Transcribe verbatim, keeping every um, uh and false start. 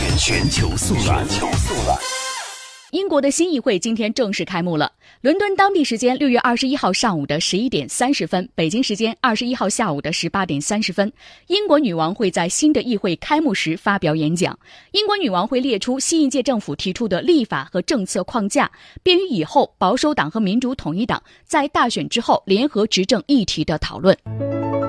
全球速览。 英国的新议会今天正式开幕了。伦敦当地时间六月二十一号上午的十一点三十分，北京时间二十一号下午的十八点三十分，英国女王会在新的议会开幕时发表演讲。英国女王会列出新一届政府提出的立法和政策框架，便于以后保守党和民主统一党在大选之后联合执政议题的讨论。